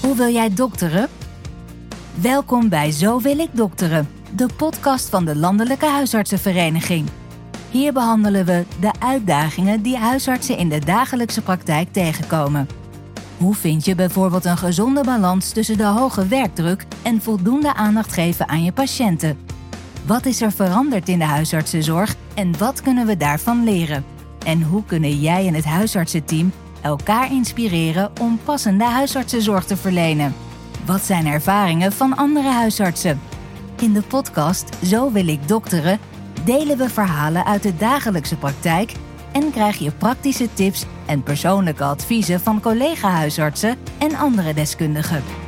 Hoe wil jij dokteren? Welkom bij Zo wil ik dokteren, de podcast van de Landelijke Huisartsenvereniging. Hier behandelen we de uitdagingen die huisartsen in de dagelijkse praktijk tegenkomen. Hoe vind je bijvoorbeeld een gezonde balans tussen de hoge werkdruk en voldoende aandacht geven aan je patiënten? Wat is er veranderd in de huisartsenzorg en wat kunnen we daarvan leren? En hoe kunnen jij en het huisartsenteam elkaar inspireren om passende huisartsenzorg te verlenen? Wat zijn ervaringen van andere huisartsen? In de podcast Zo wil ik dokteren delen we verhalen uit de dagelijkse praktijk en krijg je praktische tips en persoonlijke adviezen van collega-huisartsen en andere deskundigen.